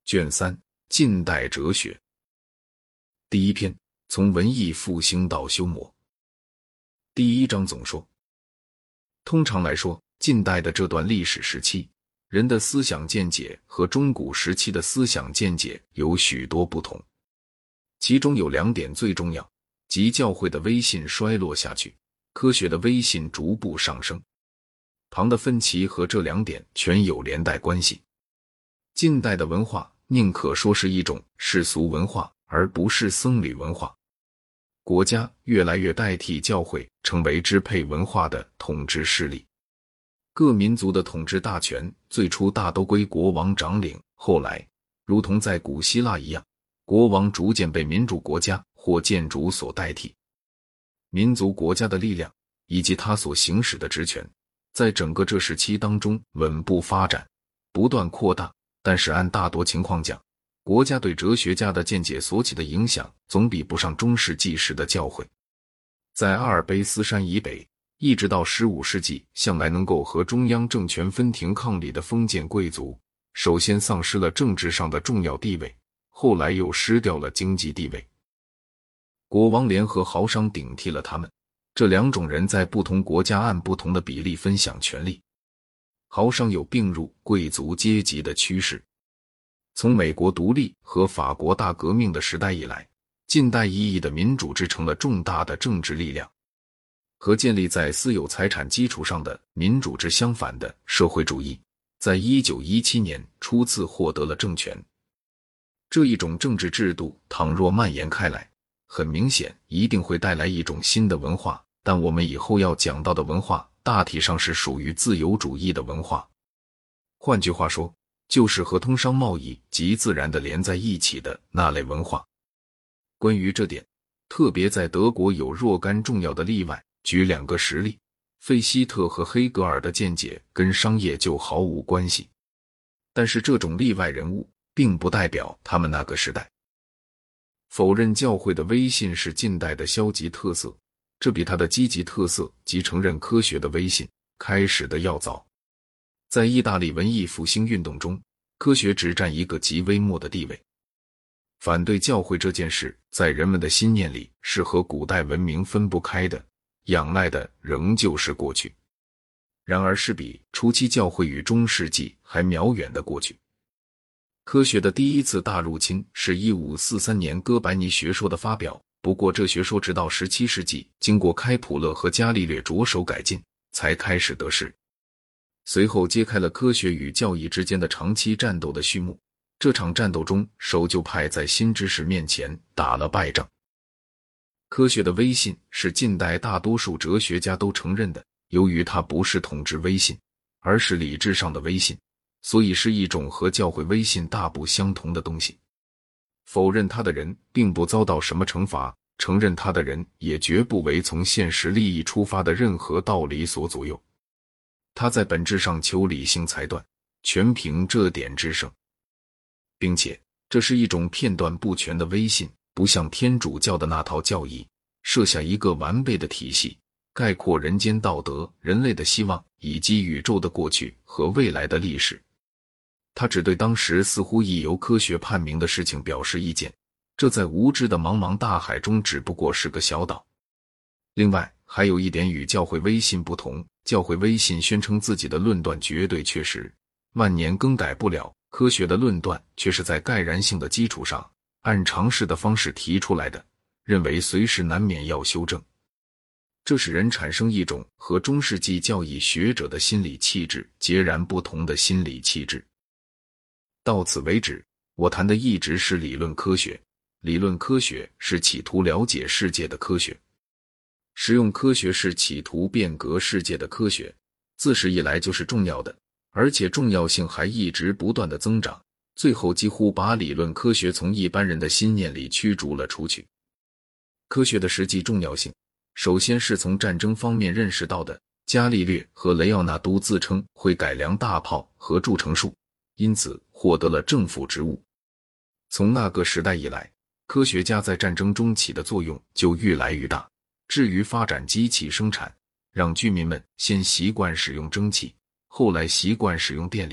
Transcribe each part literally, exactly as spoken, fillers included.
卷三：近代哲学。第一篇：从文艺复兴到修谟。第一章总说，通常来说，近代的这段历史时期，人的思想见解和中古时期的思想见解有许多不同，其中有两点最重要，即教会的威信衰落下去，科学的威信逐步上升。旁的分歧和这两点全有连带关系。近代的文化宁可说是一种世俗文化，而不是僧侣文化。国家越来越代替教会成为支配文化的统治势力。各民族的统治大权最初大都归国王掌领，后来如同在古希腊一样，国王逐渐被民主国家或建筑所代替。民族国家的力量以及他所行使的职权，在整个这时期当中稳步发展，不断扩大，但是按大多情况讲，国家对哲学家的见解所起的影响总比不上中世纪时的教会。在阿尔卑斯山以北，一直到十五世纪，向来能够和中央政权分庭抗礼的封建贵族，首先丧失了政治上的重要地位，后来又失掉了经济地位。国王联合豪商顶替了他们，这两种人在不同国家按不同的比例分享权力。豪商有并入贵族阶级的趋势。从美国独立和法国大革命的时代以来，近代意义的民主制成了重大的政治力量。和建立在私有财产基础上的民主制相反的社会主义，在一九一七年初次获得了政权。这一种政治制度倘若蔓延开来，很明显一定会带来一种新的文化，但我们以后要讲到的文化大体上是属于自由主义的文化。换句话说，就是和通商贸易极自然地连在一起的那类文化。关于这点，特别在德国有若干重要的例外，举两个实例，费希特和黑格尔的见解跟商业就毫无关系。但是这种例外人物并不代表他们那个时代。否认教会的威信是近代的消极特色，这比它的积极特色即承认科学的威信开始的要早。在意大利文艺复兴运动中，科学只占一个极微末的地位。反对教会这件事在人们的心念里是和古代文明分不开的，仰赖的仍旧是过去。然而是比初期教会与中世纪还渺远的过去。科学的第一次大入侵是一五四三年哥白尼学说的发表，不过这学说直到十七世纪经过开普勒和伽利略着手改进，才开始得势。随后揭开了科学与教义之间的长期战斗的序幕。这场战斗中，守旧派在新知识面前打了败仗。科学的威信是近代大多数哲学家都承认的，由于它不是统治威信，而是理智上的威信，所以是一种和教会威信大不相同的东西。否认它的人并不遭到什么惩罚，承认它的人也绝不为从现实利益出发的任何道理所左右。他在本质上求理性裁断，全凭这点制胜，并且这是一种片段不全的威信，不像天主教的那套教义设下一个完备的体系，概括人间道德、人类的希望以及宇宙的过去和未来的历史。他只对当时似乎已由科学判明的事情表示意见，这在无知的茫茫大海中只不过是个小岛。另外还有一点与教会威信不同，教会威信宣称自己的论断绝对确实，万年更改不了，科学的论断却是在概然性的基础上按常识的方式提出来的，认为随时难免要修正。这使人产生一种和中世纪教义学者的心理气质截然不同的心理气质。到此为止，我谈的一直是理论科学。理论科学是企图了解世界的科学，实用科学是企图变革世界的科学，自始以来就是重要的，而且重要性还一直不断的增长，最后几乎把理论科学从一般人的心念里驱逐了出去。科学的实际重要性，首先是从战争方面认识到的。伽利略和雷奥纳多自称会改良大炮和铸成术，因此获得了政府职务。从那个时代以来，科学家在战争中起的作用就愈来愈大。至于发展机器生产，让居民们先习惯使用蒸汽，后来习惯使用电力，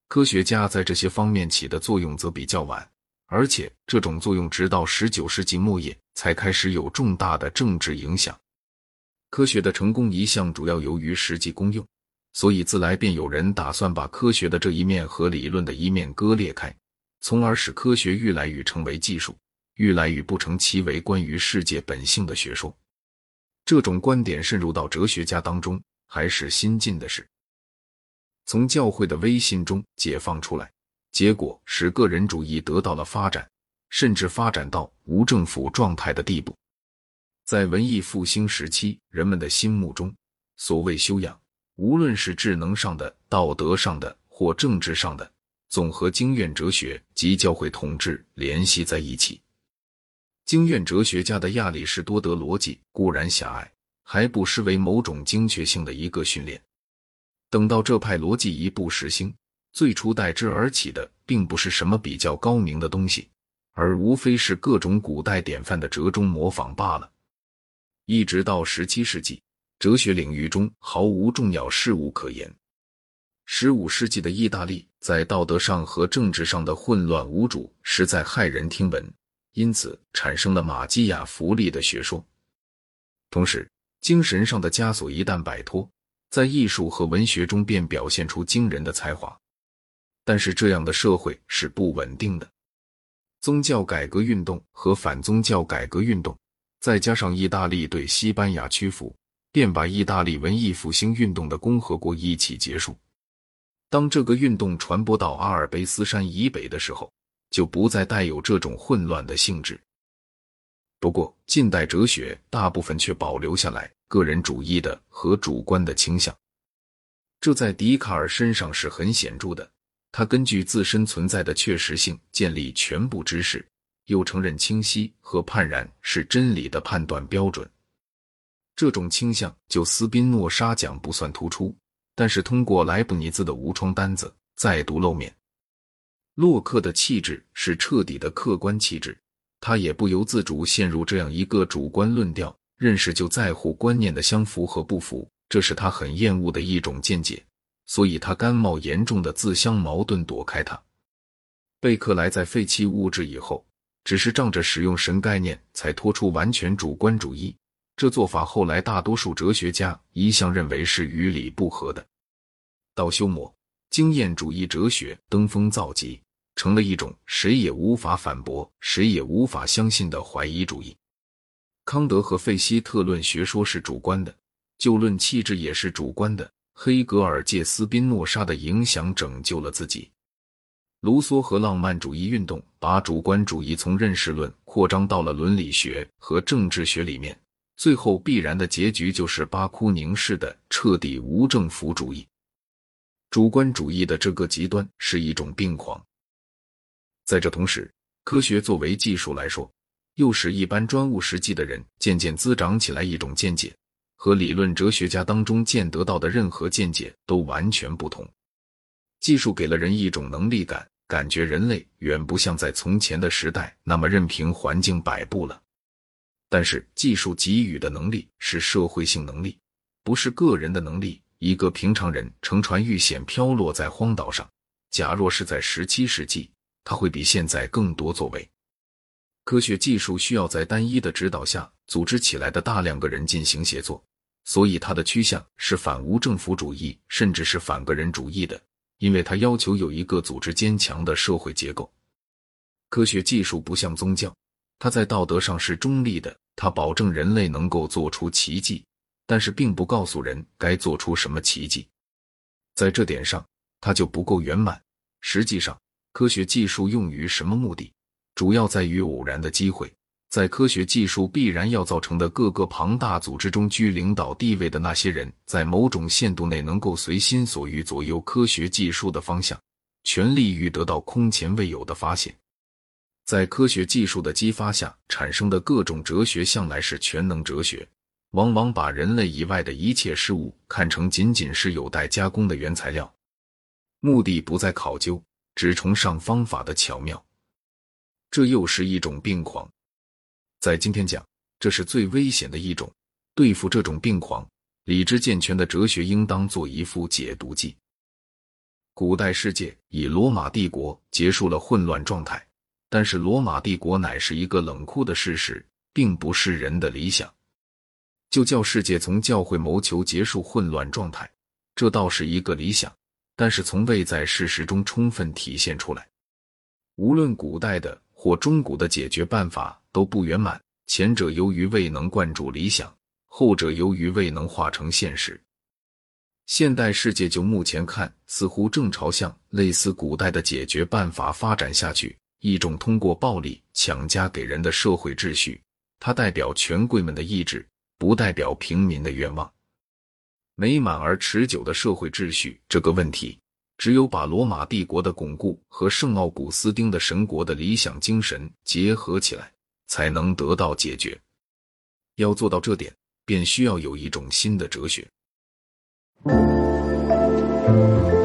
科学家在这些方面起的作用则比较晚，而且这种作用直到十九世纪末叶才开始有重大的政治影响。科学的成功一向主要由于实际功用，所以自来便有人打算把科学的这一面和理论的一面割裂开，从而使科学愈来愈成为技术，愈来愈不成其为关于世界本性的学说。这种观点渗入到哲学家当中，还是新进的事。从教会的威信中解放出来，结果使个人主义得到了发展，甚至发展到无政府状态的地步。在文艺复兴时期，人们的心目中，所谓修养，无论是智能上的、道德上的或政治上的，总和经验哲学及教会统治联系在一起。经验哲学家的亚里士多德逻辑固然狭隘，还不失为某种精确性的一个训练。等到这派逻辑一步实行，最初代之而起的并不是什么比较高明的东西，而无非是各种古代典范的折中模仿罢了。一直到十七世纪，哲学领域中毫无重要事物可言。十五世纪的意大利在道德上和政治上的混乱无主实在骇人听闻，因此产生了马基雅弗利的学说。同时，精神上的枷锁一旦摆脱，在艺术和文学中便表现出惊人的才华。但是这样的社会是不稳定的。宗教改革运动和反宗教改革运动，再加上意大利对西班牙屈服，便把意大利文艺复兴运动的共和国一起结束。当这个运动传播到阿尔卑斯山以北的时候，就不再带有这种混乱的性质。不过，近代哲学大部分却保留下来个人主义的和主观的倾向，这在笛卡尔身上是很显著的。他根据自身存在的确实性建立全部知识，又承认清晰和判然是真理的判断标准。这种倾向就斯宾诺莎讲不算突出，但是通过莱布尼兹的无窗单子再度露面。洛克的气质是彻底的客观气质，他也不由自主陷入这样一个主观论调，认识就在乎观念的相符和不符，这是他很厌恶的一种见解，所以他甘冒严重的自相矛盾躲开它。贝克莱在废弃物质以后，只是仗着使用神概念才脱出完全主观主义，这做法后来大多数哲学家一向认为是与理不合的。到休谟，经验主义哲学登峰造极，成了一种谁也无法反驳、谁也无法相信的怀疑主义。康德和费希特论学说是主观的，就论气质也是主观的。黑格尔借斯宾诺莎的影响拯救了自己。卢梭和浪漫主义运动把主观主义从认识论扩张到了伦理学和政治学里面，最后必然的结局就是巴库宁式的彻底无政府主义。主观主义的这个极端是一种病狂。在这同时，科学作为技术来说，又使一般专务实际的人渐渐滋长起来一种见解，和理论哲学家当中见得到的任何见解都完全不同。技术给了人一种能力感，感觉人类远不像在从前的时代那么任凭环境摆布了。但是技术给予的能力是社会性能力，不是个人的能力。一个平常人乘船遇险飘落在荒岛上，假若是在十七世纪，他会比现在更多作为。科学技术需要在单一的指导下组织起来的大量个人进行协作，所以它的趋向是反无政府主义，甚至是反个人主义的，因为它要求有一个组织坚强的社会结构。科学技术不像宗教，它在道德上是中立的，它保证人类能够做出奇迹，但是并不告诉人该做出什么奇迹。在这点上，它就不够圆满。实际上，科学技术用于什么目的，主要在于偶然的机会。在科学技术必然要造成的各个庞大组织中居领导地位的那些人，在某种限度内能够随心所欲左右科学技术的方向，全力于得到空前未有的发现。在科学技术的激发下产生的各种哲学向来是全能哲学，往往把人类以外的一切事物看成仅仅是有待加工的原材料，目的不在考究，只崇尚方法的巧妙。这又是一种病狂。在今天讲，这是最危险的一种。对付这种病狂，理智健全的哲学应当做一副解毒剂。 古代世界以罗马帝国结束了混乱状态，但是罗马帝国乃是一个冷酷的事实，并不是人的理想。就叫世界从教会谋求结束混乱状态，这倒是一个理想，但是从未在事实中充分体现出来。无论古代的或中古的解决办法都不圆满，前者由于未能灌注理想，后者由于未能化成现实。现代世界就目前看，似乎正朝向类似古代的解决办法发展下去，一种通过暴力强加给人的社会秩序，它代表权贵们的意志，不代表平民的愿望。美满而持久的社会秩序这个问题，只有把罗马帝国的巩固和圣奥古斯丁的神国的理想精神结合起来，才能得到解决。要做到这点，便需要有一种新的哲学。